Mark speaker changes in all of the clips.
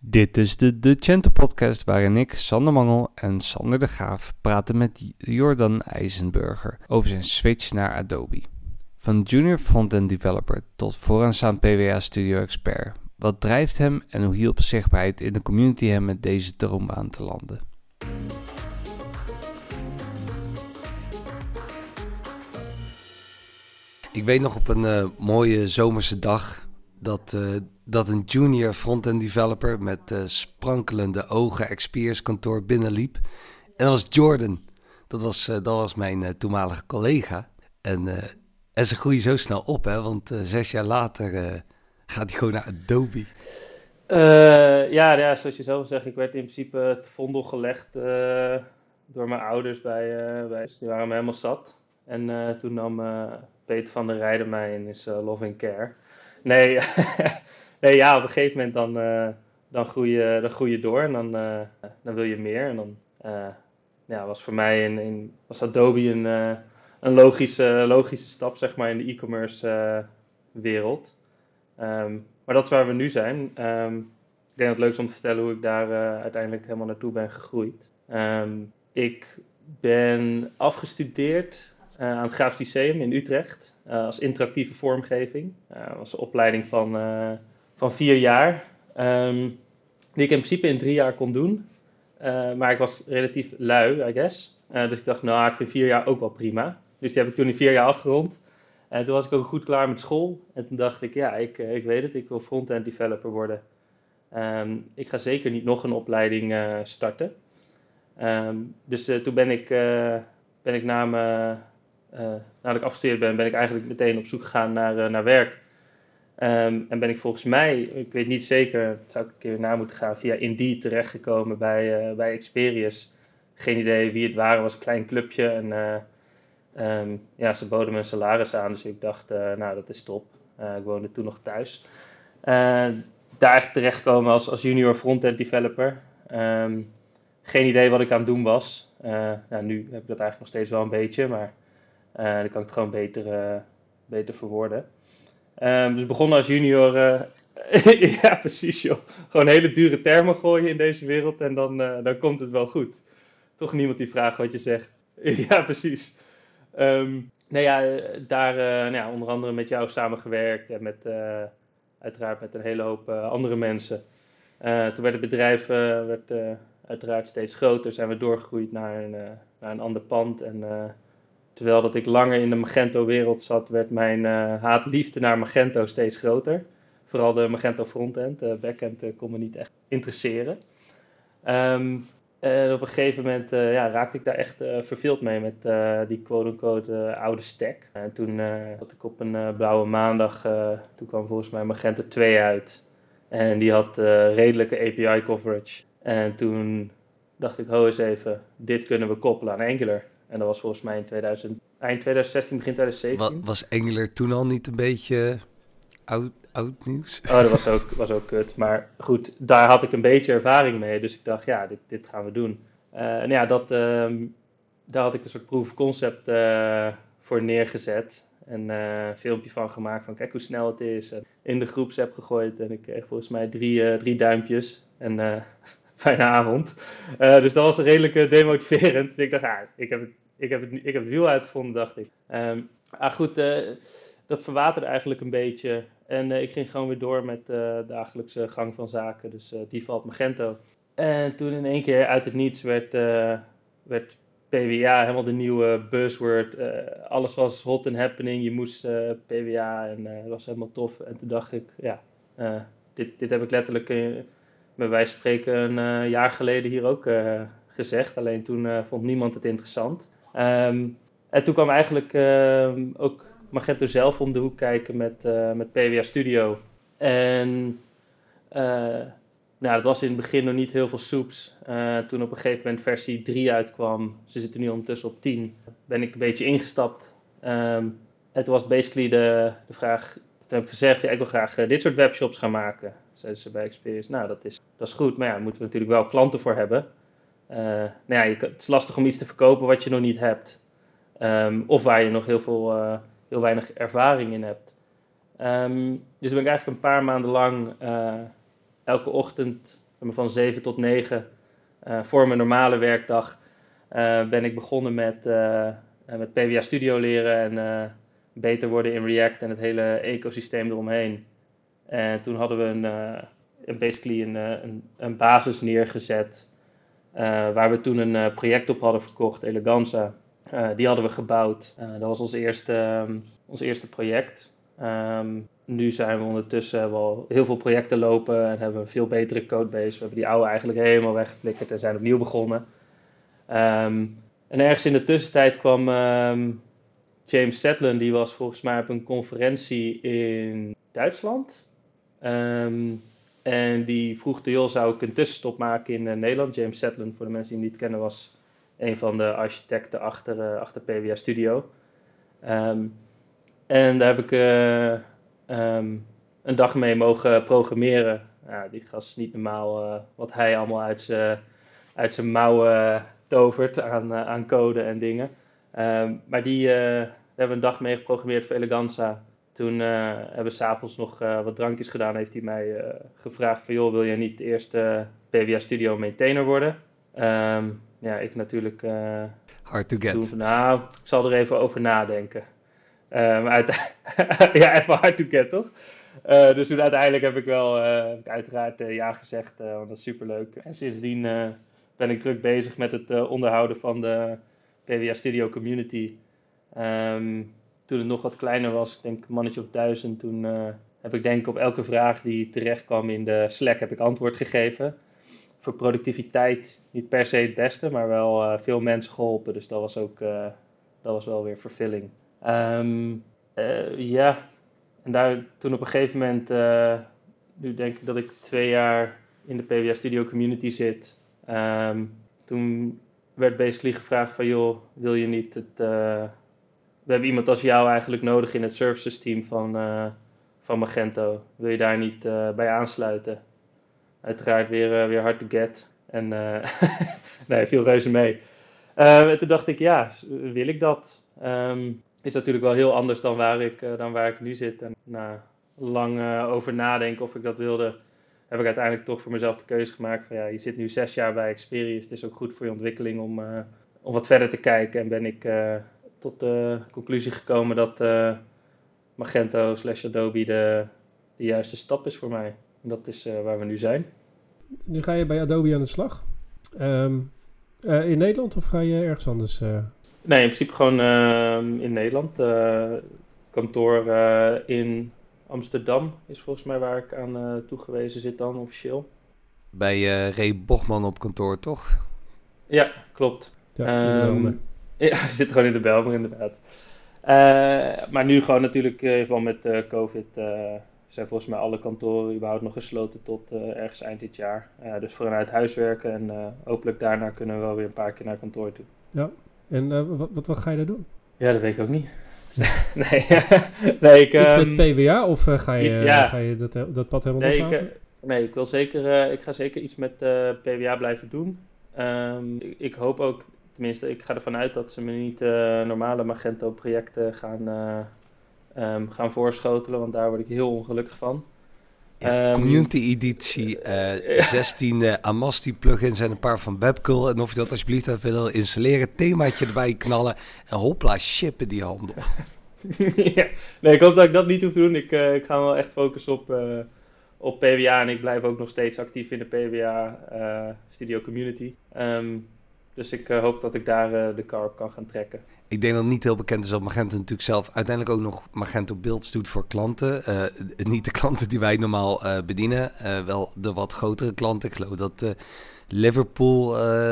Speaker 1: Dit is de Decento podcast waarin ik, Sander Mangel en Sander de Graaf praten met Jordan IJzenburger over zijn switch naar Adobe. Van junior frontend developer tot vooraanstaand PWA studio expert. Wat drijft hem en hoe hielp zichtbaarheid in de community hem met deze droombaan te landen? Ik weet nog op een mooie zomerse dag dat een junior front-end developer met sprankelende ogen experience kantoor binnenliep. En dat was Jordan. Dat was mijn toenmalige collega. En ze groeien zo snel op, hè? Want 6 jaar later gaat hij gewoon naar Adobe.
Speaker 2: Ja, zoals je zelf zegt, ik werd in principe het vondel gelegd door mijn ouders bij. Die waren me helemaal zat. En toen nam Peter van der Rijden mij in is Love and Care. Nee, nee, ja, op een gegeven moment dan groei je door en dan wil je meer. En dan was voor mij was Adobe een logische stap, zeg maar, in de e-commerce wereld. Maar dat is waar we nu zijn. Ik denk dat het leuk is om te vertellen hoe ik daar uiteindelijk helemaal naartoe ben gegroeid. Ik ben afgestudeerd aan het Grafisch Lyceum in Utrecht als interactieve vormgeving. Dat was een opleiding van 4 jaar, die ik in principe in 3 jaar kon doen. Maar ik was relatief lui, I guess. Dus ik dacht, ik vind 4 jaar ook wel prima. Dus die heb ik toen in 4 jaar afgerond. En toen was ik ook goed klaar met school. En toen dacht ik, ik weet het, ik wil front-end developer worden. Ik ga zeker niet nog een opleiding starten. Dus toen ben ik nadat ik afgestudeerd ben ik eigenlijk meteen op zoek gegaan naar werk. En ben ik volgens mij, ik weet niet zeker, dat zou ik een keer na moeten gaan, via Indeed terechtgekomen bij Experius. Geen idee wie het waren, was een klein clubje. En ze boden me een salaris aan, dus ik dacht, dat is top. Ik woonde toen nog thuis. Daar terechtgekomen als junior front-end developer. Geen idee wat ik aan het doen was. Nu heb ik dat eigenlijk nog steeds wel een beetje, maar dan kan ik het gewoon beter verwoorden. Dus begonnen als junior. Ja, precies joh. Gewoon hele dure termen gooien in deze wereld en dan komt het wel goed. Toch niemand die vraagt wat je zegt. Ja, precies. Daar onder andere met jou samengewerkt en uiteraard met een hele hoop andere mensen. Toen werd het bedrijf uiteraard steeds groter, zijn we doorgegroeid naar een ander pand. En terwijl dat ik langer in de Magento-wereld zat, werd mijn haat-liefde naar Magento steeds groter. Vooral de Magento frontend, backend kon me niet echt interesseren. En op een gegeven moment raakte ik daar echt verveeld mee met die quote-unquote oude stack. En toen had ik op een blauwe maandag, toen kwam volgens mij Magento 2 uit. En die had redelijke API coverage. En toen dacht ik, ho eens even, dit kunnen we koppelen aan Angular. En dat was volgens mij eind 2016, begin 2017.
Speaker 1: Was Angular toen al niet een beetje oud nieuws?
Speaker 2: Oh, dat was ook kut. Maar goed, daar had ik een beetje ervaring mee. Dus ik dacht, dit gaan we doen. Daar had ik een soort proof of concept voor neergezet. En een filmpje van gemaakt van kijk hoe snel het is. En in de groepsapp gegooid en ik kreeg volgens mij 3 duimpjes. En fijne avond. Dus dat was redelijk demotiverend. Ik dacht, ik heb het wiel uitgevonden, dacht ik. Dat verwaterde eigenlijk een beetje. En ik ging gewoon weer door met de dagelijkse gang van zaken. Dus default Magento. En toen in één keer uit het niets werd PWA helemaal de nieuwe buzzword. Alles was hot and happening. Je moest PWA en dat was helemaal tof. En toen dacht ik, dit heb ik letterlijk bij wijze van spreken een jaar geleden hier ook gezegd. Alleen toen vond niemand het interessant. En toen kwam eigenlijk ook Magento zelf om de hoek kijken met PWA Studio. En dat was in het begin nog niet heel veel soeps. Toen op een gegeven moment versie 3 uitkwam, ze zitten nu ondertussen op 10, ben ik een beetje ingestapt. En toen was basically de vraag, toen heb ik gezegd, ik wil graag dit soort webshops gaan maken. Zeiden ze bij Experience, dat is goed, maar daar moeten we natuurlijk wel klanten voor hebben. Het is lastig om iets te verkopen wat je nog niet hebt. Of waar je nog heel weinig ervaring in hebt. Dus ben ik eigenlijk een paar maanden lang elke ochtend van 7 tot 9 voor mijn normale werkdag ben ik begonnen met PWA Studio leren en beter worden in React en het hele ecosysteem eromheen. En toen hadden we een basis neergezet waar we toen een project op hadden verkocht, Eleganza. Die hadden we gebouwd. Dat was ons eerste project. Nu zijn we ondertussen wel heel veel projecten lopen en hebben we een veel betere codebase. We hebben die oude eigenlijk helemaal weggeflikkerd en zijn opnieuw begonnen. En ergens in de tussentijd kwam James Sedlin, die was volgens mij op een conferentie in Duitsland. En die vroeg joh, zou ik een tussenstop maken in Nederland? James Sedlin, voor de mensen die hem niet kennen, was een van de architecten achter PWA Studio. En daar heb ik een dag mee mogen programmeren. Ja, die gast is niet normaal wat hij allemaal uit zijn mouwen tovert aan code en dingen. Maar daar hebben we een dag mee geprogrammeerd voor Eleganza. Toen hebben we s'avonds nog wat drankjes gedaan. Heeft hij mij gevraagd van joh, wil jij niet de eerste PWA Studio maintainer worden? Ja, ik natuurlijk...
Speaker 1: Hard to get.
Speaker 2: Toen, nou, ik zal er even over nadenken. Ja, even hard to get, toch? Dus toen uiteindelijk heb ik uiteraard ja gezegd, want dat is superleuk. En sindsdien ben ik druk bezig met het onderhouden van de PWA Studio community. Toen het nog wat kleiner was, ik denk een mannetje of 1000, toen heb ik denk op elke vraag die terecht kwam in de Slack heb ik antwoord gegeven. Voor productiviteit niet per se het beste, maar wel veel mensen geholpen. Dus dat was wel weer vervulling. Ja, en toen op een gegeven moment, nu denk ik dat ik 2 jaar in de PWA Studio community zit. Toen werd basically gevraagd van joh, wil je niet we hebben iemand als jou eigenlijk nodig in het services team van Magento. Wil je daar niet bij aansluiten? Uiteraard weer hard to get. En nee, viel reuze mee. En toen dacht ik, ja, wil ik dat? Is natuurlijk wel heel anders dan waar ik nu zit. En na lang over nadenken of ik dat wilde, heb ik uiteindelijk toch voor mezelf de keuze gemaakt van ja, je zit nu 6 jaar bij Experience. Het is ook goed voor je ontwikkeling om wat verder te kijken. En ben ik tot de conclusie gekomen dat Magento/Adobe de juiste stap is voor mij. En dat is waar we nu zijn.
Speaker 3: Nu ga je bij Adobe aan de slag. In Nederland of ga je ergens anders?
Speaker 2: Nee, in principe gewoon in Nederland. Kantoor in Amsterdam is volgens mij waar ik aan toegewezen zit dan officieel.
Speaker 1: Bij Ray Bochman op kantoor, toch?
Speaker 2: Ja, klopt.
Speaker 3: Ja,
Speaker 2: ja, we zitten gewoon in de Bijlmer inderdaad. Maar nu gewoon natuurlijk van met COVID zijn volgens mij alle kantoren überhaupt nog gesloten tot ergens eind dit jaar. Dus vanuit huis werken en hopelijk daarna kunnen we wel weer een paar keer naar kantoor toe.
Speaker 3: Ja, en wat ga je daar doen?
Speaker 2: Ja, dat weet ik ook niet. nee,
Speaker 3: iets met PWA of ga je dat pad helemaal loslaten?
Speaker 2: Nee, ik ga zeker iets met PWA blijven doen. Ik hoop ook, tenminste, ik ga ervan uit dat ze me niet normale Magento projecten gaan voorschotelen, want daar word ik heel ongelukkig van.
Speaker 1: Ja, community editie, 16 Amasti plugins en een paar van Webcool. En of je dat alsjeblieft even wil installeren, themaatje erbij knallen en hopla, shippen die handel.
Speaker 2: Ja, nee, ik hoop dat ik dat niet hoef te doen. Ik ga me wel echt focussen op PWA en ik blijf ook nog steeds actief in de PWA Studio Community. Dus ik hoop dat ik daar de kar op kan gaan trekken.
Speaker 1: Ik denk dat het niet heel bekend is dat Magento natuurlijk zelf uiteindelijk ook nog Magento builds doet voor klanten. Niet de klanten die wij normaal bedienen, wel de wat grotere klanten. Ik geloof dat Liverpool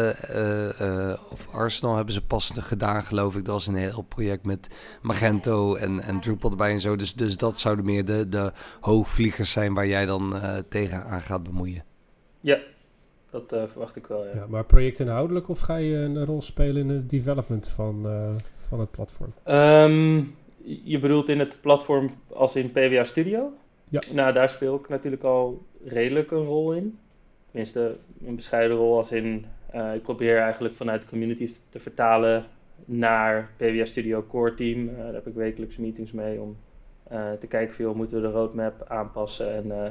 Speaker 1: of Arsenal hebben ze pas gedaan, geloof ik. Dat was een heel project met Magento en Drupal erbij en zo. Dus dat zouden meer de hoogvliegers zijn waar jij dan tegenaan gaat bemoeien. Ja.
Speaker 2: Dat verwacht ik wel, ja.
Speaker 3: Ja. Maar projectinhoudelijk of ga je een rol spelen in het development van het platform?
Speaker 2: Je bedoelt in het platform als in PWA Studio?
Speaker 3: Ja.
Speaker 2: Nou, daar speel ik natuurlijk al redelijk een rol in. Tenminste, een bescheiden rol als in... ik probeer eigenlijk vanuit de community te vertalen naar PWA Studio Core Team. Daar heb ik wekelijks meetings mee om te kijken van, moeten we de roadmap aanpassen en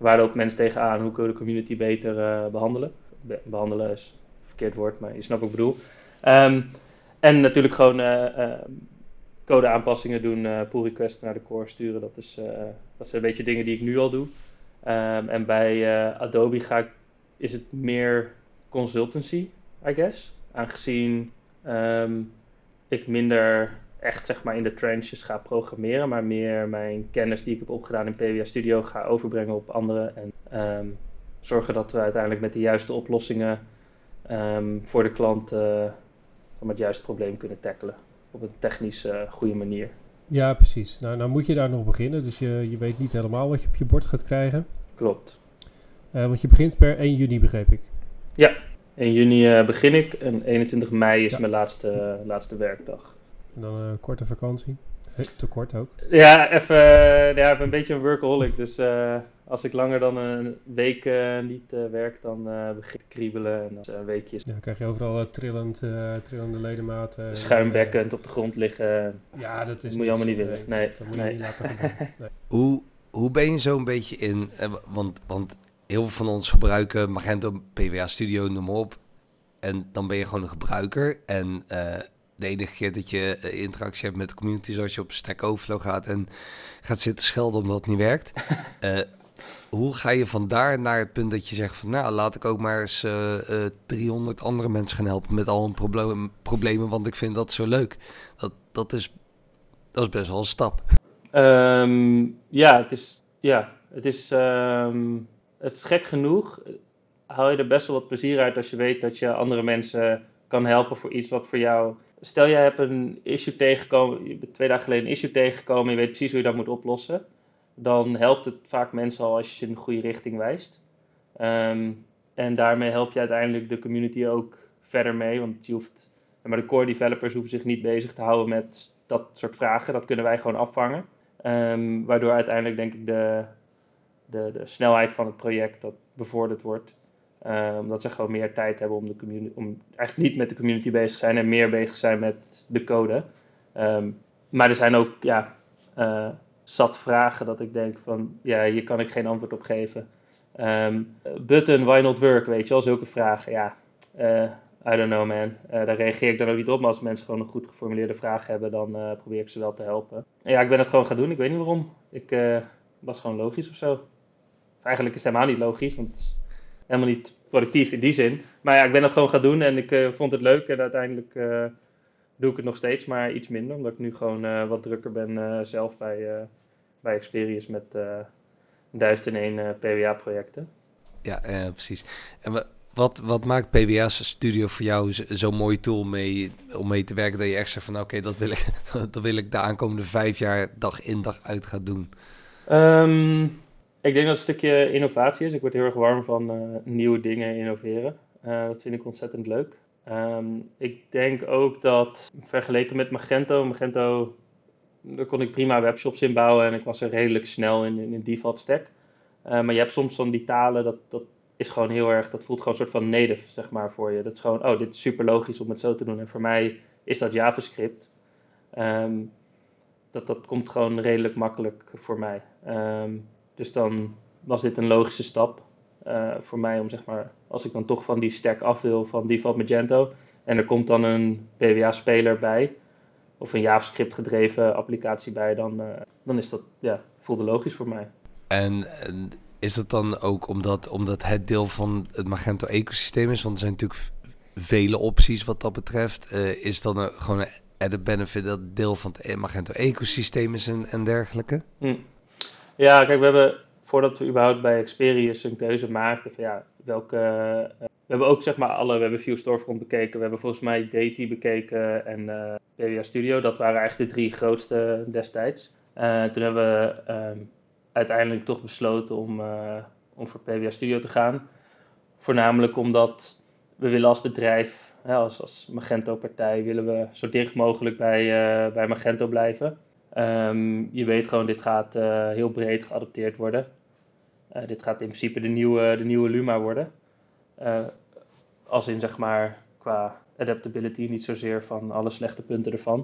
Speaker 2: waar loopt mensen tegenaan, hoe kunnen we de community beter behandelen. Behandelen is een verkeerd woord, maar je snapt wat ik bedoel. En natuurlijk gewoon code aanpassingen doen, pull requests naar de core sturen. Dat zijn een beetje dingen die ik nu al doe. En bij Adobe is het meer consultancy, I guess. Aangezien ik minder echt zeg maar in de trenches ga programmeren, maar meer mijn kennis die ik heb opgedaan in PWA Studio ga overbrengen op anderen. En zorgen dat we uiteindelijk met de juiste oplossingen voor de klant het juiste probleem kunnen tackelen. Op een technisch goede manier.
Speaker 3: Ja, precies. Nou moet je daar nog beginnen. Dus je weet niet helemaal wat je op je bord gaat krijgen.
Speaker 2: Klopt.
Speaker 3: Want je begint per 1 juni, begreep ik.
Speaker 2: Ja, 1 juni begin ik en 21 mei is mijn laatste werkdag.
Speaker 3: En dan een korte vakantie. Te kort ook.
Speaker 2: Ja, even een beetje een workaholic. Dus als ik langer dan een week niet werk, dan begin ik te kriebelen. En dan een weekje.
Speaker 3: Ja, dan krijg je overal trillende ledematen.
Speaker 2: Schuimbekkend op de grond liggen.
Speaker 3: Ja, dat
Speaker 2: moet je allemaal niet willen. Nee.
Speaker 3: Dat moet je niet laten gebeuren. Nee.
Speaker 1: Hoe ben je zo een beetje in... Want heel veel van ons gebruiken Magento, PWA Studio, noem maar op. En dan ben je gewoon een gebruiker. En de enige keer dat je interactie hebt met de community, zoals je op Stack Overflow gaat en gaat zitten schelden omdat het niet werkt. Hoe ga je vandaar naar het punt dat je zegt van, nou, laat ik ook maar eens 300 andere mensen gaan helpen met al hun problemen, want ik vind dat zo leuk. Dat is best wel een stap.
Speaker 2: Het is gek genoeg. Haal je er best wel wat plezier uit als je weet dat je andere mensen kan helpen voor iets wat voor jou... Stel, jij hebt een issue tegengekomen, je bent 2 dagen geleden een issue tegengekomen en je weet precies hoe je dat moet oplossen. Dan helpt het vaak mensen al als je ze in de goede richting wijst. En daarmee help je uiteindelijk de community ook verder mee, want maar de core developers hoeven zich niet bezig te houden met dat soort vragen. Dat kunnen wij gewoon afvangen. Waardoor uiteindelijk denk ik de snelheid van het project dat bevorderd wordt. Omdat ze gewoon meer tijd hebben om eigenlijk niet met de community bezig te zijn en meer bezig zijn met de code. Maar er zijn ook zat vragen dat ik denk van, ja, hier kan ik geen antwoord op geven. Button, why not work, weet je wel, zulke vragen. Ja, I don't know man. Daar reageer ik dan ook niet op, maar als mensen gewoon een goed geformuleerde vraag hebben, dan probeer ik ze wel te helpen. En ja, ik ben het gewoon gaan doen, ik weet niet waarom. Ik was gewoon logisch of zo. Eigenlijk is het helemaal niet logisch, want het is helemaal niet productief in die zin. Maar ja, ik ben dat gewoon gaan doen en ik vond het leuk. En uiteindelijk doe ik het nog steeds, maar iets minder. Omdat ik nu gewoon wat drukker ben zelf bij Experius met 1001 PWA-projecten.
Speaker 1: Ja, precies. En wat maakt PWA Studio voor jou zo'n mooie tool om mee te werken? Dat je echt zegt van oké, dat wil ik de aankomende 5 jaar dag in dag uit gaan doen.
Speaker 2: Ik denk dat het een stukje innovatie is. Ik word heel erg warm van nieuwe dingen innoveren. Dat vind ik ontzettend leuk. Ik denk ook dat vergeleken met Magento, daar kon ik prima webshops in bouwen en ik was er redelijk snel in een default stack. Maar je hebt soms van die talen, dat is gewoon heel erg, dat voelt gewoon een soort van native, zeg maar, voor je. Dat is gewoon, dit is super logisch om het zo te doen. En voor mij is dat JavaScript. Dat komt gewoon redelijk makkelijk voor mij. Dus dan was dit een logische stap voor mij om, zeg maar, als ik dan toch van die stack af wil van default Magento en er komt dan een PWA-speler bij of een JavaScript gedreven applicatie bij, dan is dat, voelde logisch voor mij.
Speaker 1: En is dat dan ook omdat het deel van het Magento-ecosysteem is? Want er zijn natuurlijk vele opties wat dat betreft. Is dan gewoon een added benefit dat deel van het Magento-ecosysteem is en dergelijke?
Speaker 2: Ja, kijk, we hebben, voordat we überhaupt bij Experius een keuze maakten van we hebben ook zeg maar we hebben Vue Storefront bekeken, we hebben volgens mij Deity bekeken en PWA Studio. Dat waren eigenlijk de 3 grootste destijds. Toen hebben we uiteindelijk toch besloten om voor PWA Studio te gaan. Voornamelijk omdat we willen als bedrijf, als Magento-partij, willen we zo dicht mogelijk bij Magento blijven. Je weet gewoon, dit gaat heel breed geadopteerd worden. Dit gaat in principe de nieuwe Luma worden. Als in, zeg maar, qua adaptability, niet zozeer van alle slechte punten ervan.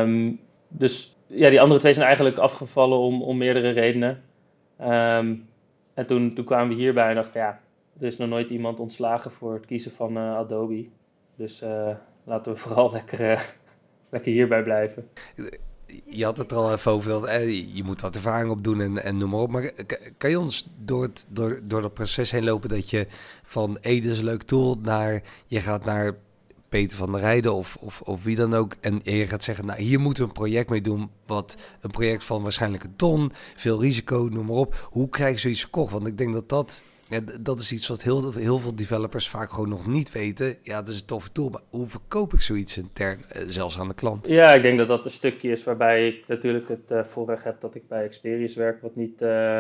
Speaker 2: Dus ja, die andere 2 zijn eigenlijk afgevallen om meerdere redenen. En toen kwamen we hierbij en dachten van ja, er is nog nooit iemand ontslagen voor het kiezen van Adobe. Dus laten we vooral lekker hierbij blijven.
Speaker 1: Je had het er al even over dat je moet wat ervaring opdoen en noem maar op. Maar kan je ons door dat proces heen lopen dat je van dit is een leuk tool naar je gaat naar Peter van der Rijden of wie dan ook. En je gaat zeggen, nou hier moeten we een project mee doen. Een project van waarschijnlijk een ton, veel risico, noem maar op. Hoe krijg je zoiets verkocht? Want ik denk dat is iets wat heel veel developers vaak gewoon nog niet weten. Ja, het is een toffe tool, maar hoe verkoop ik zoiets intern, zelfs aan de klant?
Speaker 2: Ja, ik denk dat dat een stukje is waarbij ik natuurlijk het voorrecht heb dat ik bij Experius werk, wat niet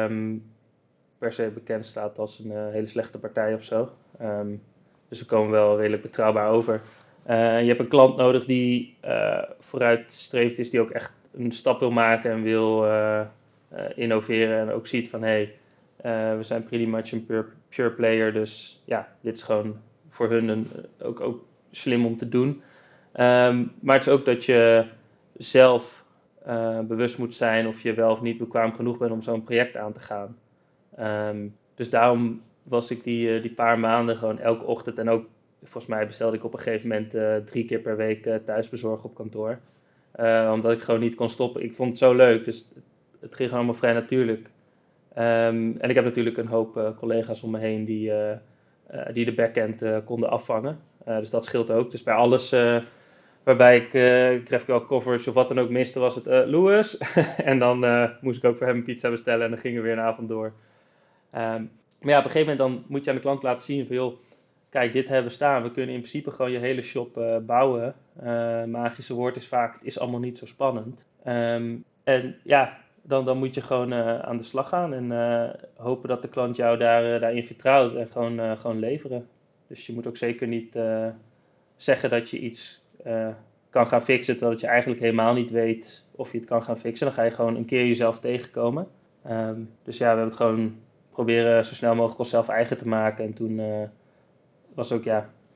Speaker 2: per se bekend staat als een hele slechte partij of zo. Dus we komen wel redelijk betrouwbaar over. Je hebt een klant nodig die vooruitstrevend is, die ook echt een stap wil maken en wil innoveren en ook ziet van we zijn pretty much een pure player, dus ja, dit is gewoon voor hun ook slim om te doen. Maar het is ook dat je zelf bewust moet zijn of je wel of niet bekwaam genoeg bent om zo'n project aan te gaan. Dus daarom was ik die paar maanden gewoon elke ochtend en ook volgens mij bestelde ik op een gegeven moment 3 keer per week thuisbezorgen op kantoor. Omdat ik gewoon niet kon stoppen. Ik vond het zo leuk, dus het ging allemaal vrij natuurlijk. En ik heb natuurlijk een hoop collega's om me heen die de backend konden afvangen. Dus dat scheelt ook. Dus bij alles waarbij ik graphical coverage of wat dan ook miste, was het Louis. En dan moest ik ook voor hem een pizza bestellen en dan ging er weer een avond door. Maar ja, op een gegeven moment dan moet je aan de klant laten zien van joh, kijk, dit hebben we staan. We kunnen in principe gewoon je hele shop bouwen. Magische woord is vaak, het is allemaal niet zo spannend. En ja, dan moet je gewoon aan de slag gaan en hopen dat de klant jou daarin vertrouwt en gewoon leveren. Dus je moet ook zeker niet zeggen dat je iets kan gaan fixen, terwijl je eigenlijk helemaal niet weet of je het kan gaan fixen. Dan ga je gewoon een keer jezelf tegenkomen. Dus ja, we hebben het gewoon proberen zo snel mogelijk onszelf eigen te maken. En toen was ook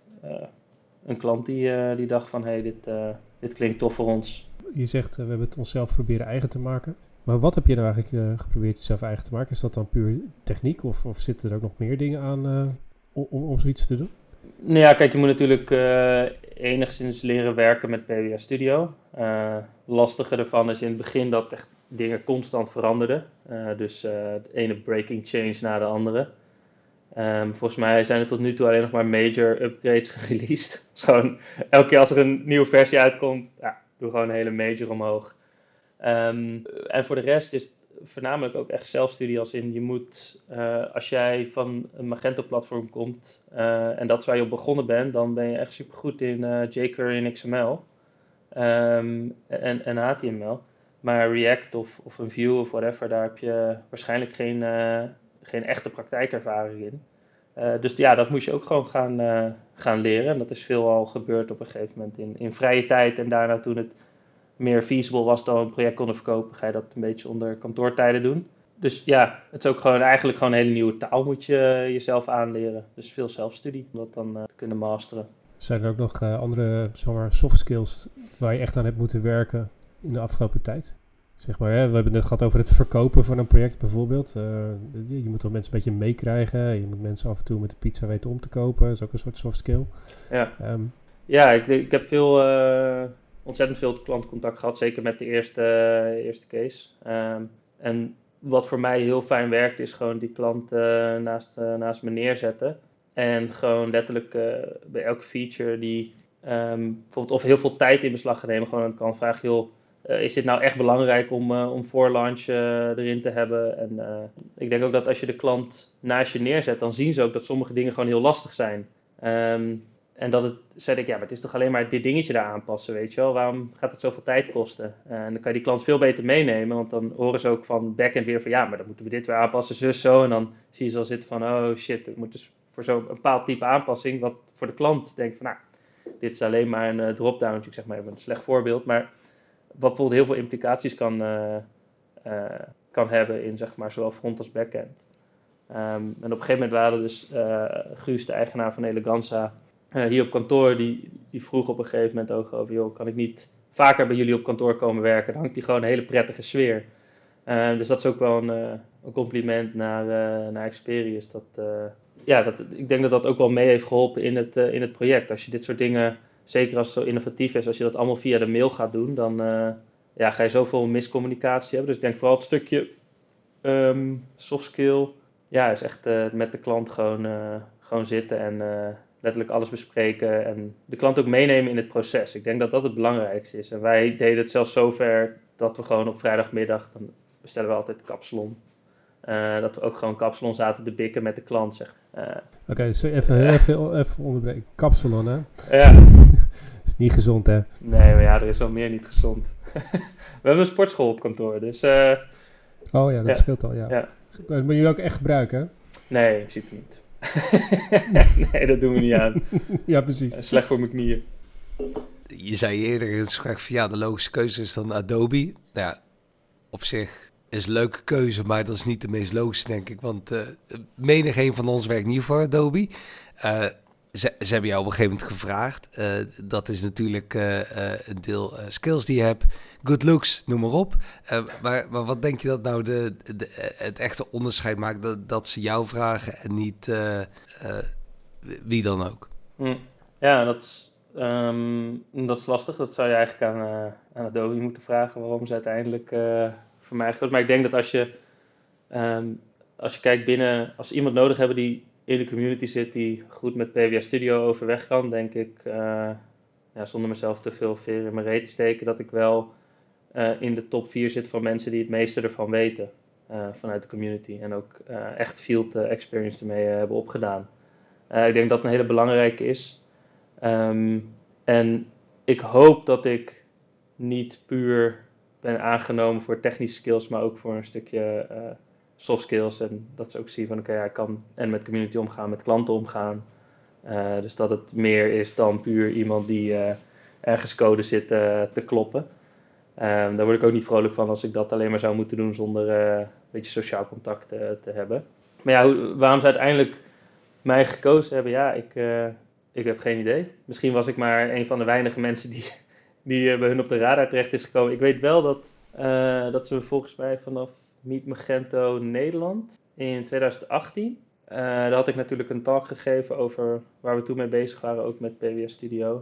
Speaker 2: een klant die dacht van dit klinkt tof voor ons.
Speaker 3: Je zegt we hebben het onszelf proberen eigen te maken. Maar wat heb je nou eigenlijk geprobeerd jezelf eigen te maken? Is dat dan puur techniek of zitten er ook nog meer dingen aan om zoiets te doen?
Speaker 2: Nou ja, kijk, je moet natuurlijk enigszins leren werken met PWA Studio. Lastige ervan is in het begin dat echt dingen constant veranderden. Dus de ene breaking change na de andere. Volgens mij zijn er tot nu toe alleen nog maar major upgrades gereleased. Dus gewoon elke keer als er een nieuwe versie uitkomt, doe gewoon een hele major omhoog. En voor de rest is het voornamelijk ook echt zelfstudie als in je moet, als jij van een Magento-platform komt en dat is waar je op begonnen bent, dan ben je echt supergoed in jQuery en XML en HTML. Maar React of een Vue of whatever, daar heb je waarschijnlijk geen echte praktijkervaring in. Dus ja, dat moest je ook gewoon gaan leren. En dat is veelal gebeurd op een gegeven moment in vrije tijd. En daarna toen het meer feasible was dan een project konden verkopen, ga je dat een beetje onder kantoortijden doen. Dus ja, het is ook eigenlijk gewoon een hele nieuwe taal moet je jezelf aanleren. Dus veel zelfstudie om dat dan te kunnen masteren.
Speaker 3: Zijn er ook nog andere soft skills waar je echt aan hebt moeten werken in de afgelopen tijd? Zeg maar, we hebben het net gehad over het verkopen van een project bijvoorbeeld. Je moet toch mensen een beetje meekrijgen. Je moet mensen af en toe met de pizza weten om te kopen. Dat is ook een soort soft skill.
Speaker 2: Ja, ik heb ontzettend veel klantcontact gehad. Zeker met de eerste case. En wat voor mij heel fijn werkt is gewoon die klant naast me neerzetten. En gewoon letterlijk bij elke feature die bijvoorbeeld of heel veel tijd in beslag gaan nemen. Gewoon aan de kant vragen, joh, is dit nou echt belangrijk om voor launch erin te hebben? En ik denk ook dat als je de klant naast je neerzet, dan zien ze ook dat sommige dingen gewoon heel lastig zijn. En zei ik, maar het is toch alleen maar dit dingetje daar aanpassen, weet je wel? Waarom gaat het zoveel tijd kosten? En dan kan je die klant veel beter meenemen, want dan horen ze ook van backend weer van, maar dan moeten we dit weer aanpassen, zus zo. En dan zie je ze al zitten van, oh shit, het moet dus voor zo'n bepaald type aanpassing, wat voor de klant denkt van, dit is alleen maar een drop-down, ik zeg maar even een slecht voorbeeld, maar wat bijvoorbeeld heel veel implicaties kan hebben in zeg maar zowel front als backend. En op een gegeven moment waren dus Guus, de eigenaar van Eleganza, hier op kantoor, die vroeg op een gegeven moment ook over, joh, kan ik niet vaker bij jullie op kantoor komen werken? Dan hangt die gewoon een hele prettige sfeer. Dus dat is ook wel een compliment naar Experius. Ik denk dat dat ook wel mee heeft geholpen in het project. Als je dit soort dingen, zeker als het zo innovatief is, als je dat allemaal via de mail gaat doen, dan ga je zoveel miscommunicatie hebben. Dus ik denk vooral het stukje soft skill, is echt met de klant gewoon zitten en letterlijk alles bespreken en de klant ook meenemen in het proces. Ik denk dat dat het belangrijkste is. En wij deden het zelfs zover dat we gewoon op vrijdagmiddag, dan bestellen we altijd kapsalon. Dat we ook gewoon kapsalon zaten te bikken met de klant, zeg.
Speaker 3: Oké, so even onderbreken. Kapsalon, hè?
Speaker 2: Ja.
Speaker 3: Is niet gezond, hè?
Speaker 2: Nee, maar er is wel meer niet gezond. We hebben een sportschool op kantoor, dus...
Speaker 3: dat scheelt al, ja. Dat moet je ook echt gebruiken, hè?
Speaker 2: Nee, je ziet het niet. Nee, dat doen we niet aan.
Speaker 3: Ja, precies.
Speaker 2: Slecht voor mijn knieën.
Speaker 1: Je zei eerder in het gesprek van de logische keuze is dan Adobe. Nou ja, op zich is een leuke keuze, maar dat is niet de meest logische, denk ik. Want menig een van ons werkt niet voor Adobe. Ze hebben jou op een gegeven moment gevraagd. Dat is natuurlijk een deel skills die je hebt. Good looks, noem maar op. Maar wat denk je dat nou het echte onderscheid maakt dat ze jou vragen en niet wie dan ook?
Speaker 2: Ja, dat is lastig. Dat zou je eigenlijk aan Adobe moeten vragen waarom ze uiteindelijk voor mij gekozen. Maar ik denk dat als je kijkt binnen, als ze iemand nodig hebben die in de community zit die goed met PWA Studio overweg kan, denk ik, zonder mezelf te veel veer in mijn reet te steken, dat ik wel in de top 4 zit van mensen die het meeste ervan weten vanuit de community en ook echt field experience ermee hebben opgedaan. Ik denk dat het een hele belangrijke is. En ik hoop dat ik niet puur ben aangenomen voor technische skills, maar ook voor een stukje soft skills. En dat ze ook zien van hij kan en met community omgaan, met klanten omgaan. Dus dat het meer is dan puur iemand die ergens code zit te kloppen. Daar word ik ook niet vrolijk van als ik dat alleen maar zou moeten doen zonder een beetje sociaal contact te hebben. Maar waarom ze uiteindelijk mij gekozen hebben, ik heb geen idee. Misschien was ik maar een van de weinige mensen die bij hun op de radar terecht is gekomen. Ik weet wel dat ze volgens mij vanaf Meet Magento Nederland in 2018. Daar had ik natuurlijk een talk gegeven over waar we toen mee bezig waren, ook met PWA Studio.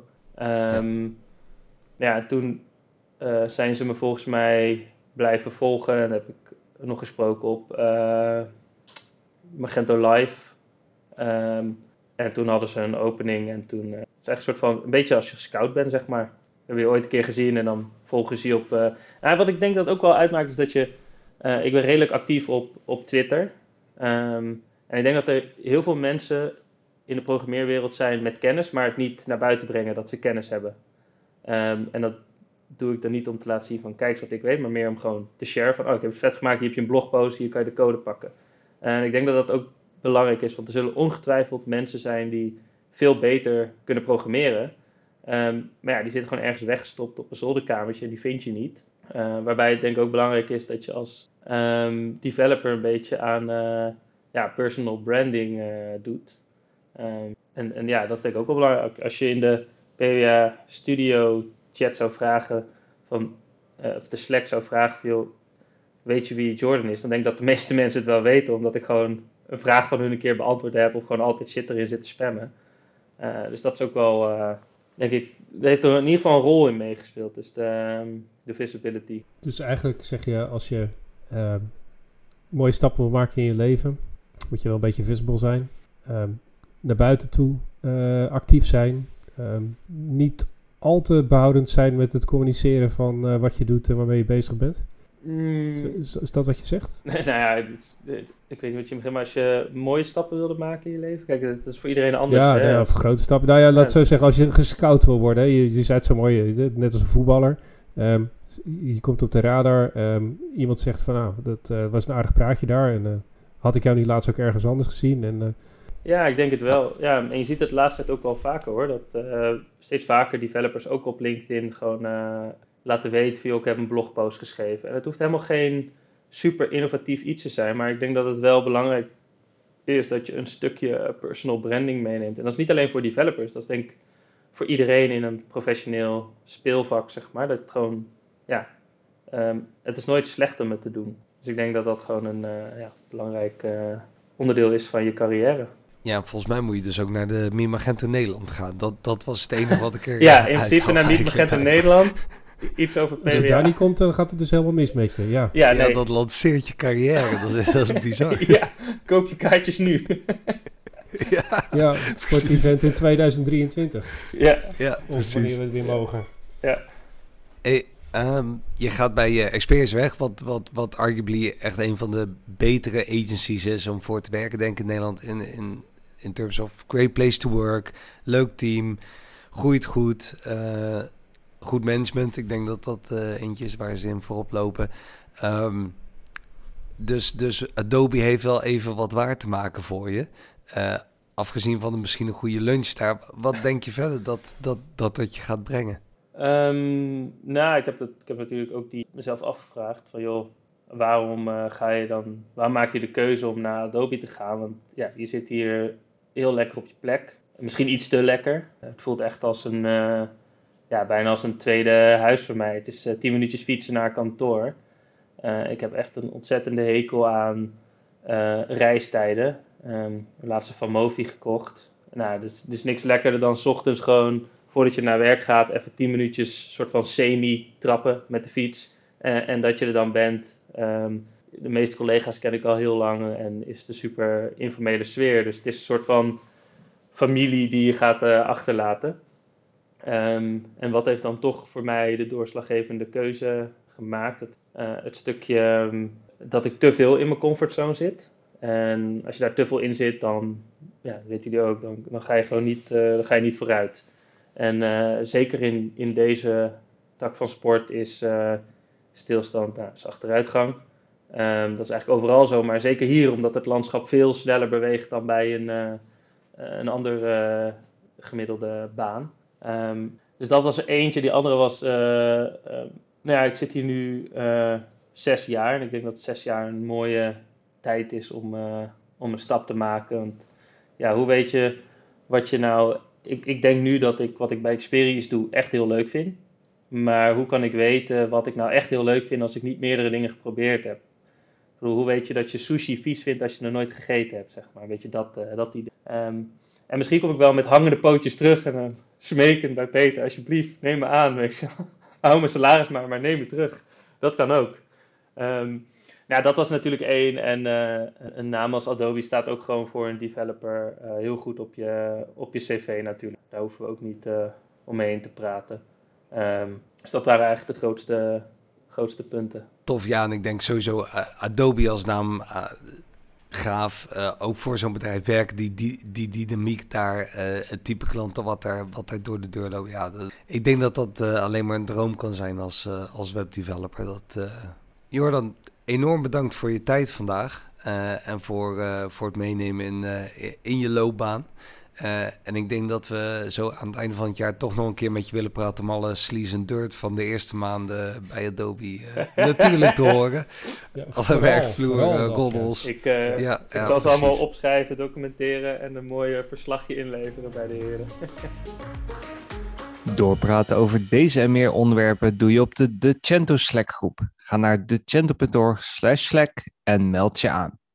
Speaker 2: Toen zijn ze me volgens mij blijven volgen en heb ik nog gesproken op Magento Live. En toen hadden ze een opening en toen... het is echt een soort van, een beetje als je gescout bent, zeg maar. Heb je ooit een keer gezien en dan volgen ze je op... wat ik denk dat ook wel uitmaakt is dat je... ik ben redelijk actief op Twitter. En ik denk dat er heel veel mensen in de programmeerwereld zijn met kennis, maar het niet naar buiten brengen dat ze kennis hebben. En dat doe ik dan niet om te laten zien van kijk eens wat ik weet, maar meer om gewoon te share van ik heb het vet gemaakt, hier heb je een blogpost, hier kan je de code pakken. En ik denk dat dat ook belangrijk is, want er zullen ongetwijfeld mensen zijn die veel beter kunnen programmeren. Maar die zitten gewoon ergens weggestopt op een zolderkamertje en die vind je niet. Waarbij het denk ik ook belangrijk is dat je als developer een beetje aan personal branding doet. Dat is denk ik ook wel belangrijk. Als je in de PWA Studio chat zou vragen, of de Slack zou vragen, joh, weet je wie Jordan is? Dan denk ik dat de meeste mensen het wel weten, omdat ik gewoon een vraag van hun een keer beantwoord heb of gewoon altijd shit erin zit te spammen. Dus dat is ook wel, denk ik, er heeft er in ieder geval een rol in meegespeeld. Dus de visibility.
Speaker 3: Dus eigenlijk zeg je, als je mooie stappen wil maken in je leven, moet je wel een beetje visible zijn. Naar buiten toe actief zijn. Niet al te behoudend zijn met het communiceren van wat je doet en waarmee je bezig bent. Is dat wat je zegt?
Speaker 2: Ik weet niet wat je begint, maar als je mooie stappen wilde maken in je leven, kijk, dat is voor iedereen anders.
Speaker 3: Of grote stappen. Laat zo zeggen, als je gescout wil worden, je zei het zo mooi, net als een voetballer. Je komt op de radar, iemand zegt van, dat was een aardig praatje daar en had ik jou niet laatst ook ergens anders gezien? En,
Speaker 2: ja, ik denk het wel. Ja, en je ziet het de laatste tijd ook wel vaker hoor, dat steeds vaker developers ook op LinkedIn gewoon laten weten van, ik heb een blogpost geschreven. En het hoeft helemaal geen super innovatief iets te zijn, maar ik denk dat het wel belangrijk is dat je een stukje personal branding meeneemt. En dat is niet alleen voor developers, dat is denk ik voor iedereen in een professioneel speelvak, zeg maar. Dat het gewoon, het is nooit slecht om het te doen. Dus ik denk dat dat gewoon een belangrijk onderdeel is van je carrière.
Speaker 1: Ja, volgens mij moet je dus ook naar de Mi Magento Nederland gaan. Dat was het enige wat ik er
Speaker 2: Ja, in principe naar Mi Magento Nederland. Iets over PWA.
Speaker 3: Als je daar niet komt, dan gaat het dus helemaal mis met je. Ja,
Speaker 2: nee.
Speaker 1: Dat lanceert je carrière. Dat is bizar.
Speaker 2: Ja, koop je kaartjes nu.
Speaker 1: Ja,
Speaker 3: voor het event in 2023.
Speaker 1: Ja,
Speaker 3: of
Speaker 1: precies.
Speaker 3: wanneer we het weer mogen.
Speaker 2: Ja.
Speaker 1: Hey, je gaat bij Experience weg, wat arguably echt een van de betere agencies is om voor te werken, denk ik, in Nederland. In terms of great place to work, leuk team, groeit goed, goed management. Ik denk dat dat eentje is waar ze in voorop lopen. Dus Adobe heeft wel even wat waar te maken voor je. Afgezien van misschien een goede lunch daar. Wat denk je verder dat je gaat brengen?
Speaker 2: Ik heb natuurlijk ook mezelf afgevraagd van joh, waarom maak je de keuze om naar Adobe te gaan? Want ja, je zit hier heel lekker op je plek. Misschien iets te lekker. Het voelt echt als bijna als een tweede huis voor mij. Het is 10 minuutjes fietsen naar kantoor. Ik heb echt een ontzettende hekel aan reistijden. Laatst van Movi gekocht. Nou, dus niks lekkerder dan 's ochtends gewoon voordat je naar werk gaat, even 10 minuutjes soort van semi-trappen met de fiets. En dat je er dan bent. De meeste collega's ken ik al heel lang en is de super informele sfeer. Dus het is een soort van familie die je gaat achterlaten. En wat heeft dan toch voor mij de doorslaggevende keuze gemaakt? Het stukje dat ik te veel in mijn comfortzone zit. En als je daar te veel in zit, dan weet jullie ook, dan ga je gewoon niet vooruit. En zeker in deze tak van sport is stilstand, is achteruitgang. Dat is eigenlijk overal zo, maar zeker hier, omdat het landschap veel sneller beweegt dan bij een andere gemiddelde baan. Dus dat was er eentje. Die andere was, ik zit hier nu 6 jaar en ik denk dat 6 jaar een mooie tijd is om een stap te maken. Want ja, hoe weet je wat je nou... Ik denk nu dat wat ik bij Experience doe echt heel leuk vind. Maar hoe kan ik weten wat ik nou echt heel leuk vind als ik niet meerdere dingen geprobeerd heb? Hoe weet je dat je sushi vies vindt als je nog nooit gegeten hebt, zeg maar. Weet je, dat idee. En misschien kom ik wel met hangende pootjes terug en dan smekend bij Peter, alsjeblieft, neem me aan. Weet je. Hou mijn salaris maar neem me terug. Dat kan ook. Dat was natuurlijk één. En een naam als Adobe staat ook gewoon voor een developer heel goed op je cv natuurlijk. Daar hoeven we ook niet omheen te praten. Dus dat waren eigenlijk de grootste punten.
Speaker 1: Tof, ja, en ik denk sowieso Adobe als naam gaaf. Ook voor zo'n bedrijf werken, die dynamiek daar, het type klanten wat daar door de deur loopt. Ja, ik denk dat alleen maar een droom kan zijn als webdeveloper. Jordan, enorm bedankt voor je tijd vandaag en voor het meenemen in je loopbaan. En ik denk dat we zo aan het einde van het jaar toch nog een keer met je willen praten om alle sleaze en dirt van de eerste maanden bij Adobe natuurlijk te horen. Ja, alle werkvloer, goggles.
Speaker 2: Ik zal ze allemaal opschrijven, documenteren en een mooi verslagje inleveren bij de heren.
Speaker 1: Doorpraten over deze en meer onderwerpen doe je op de Decento Slack groep. Ga naar decento.org/Slack en meld je aan.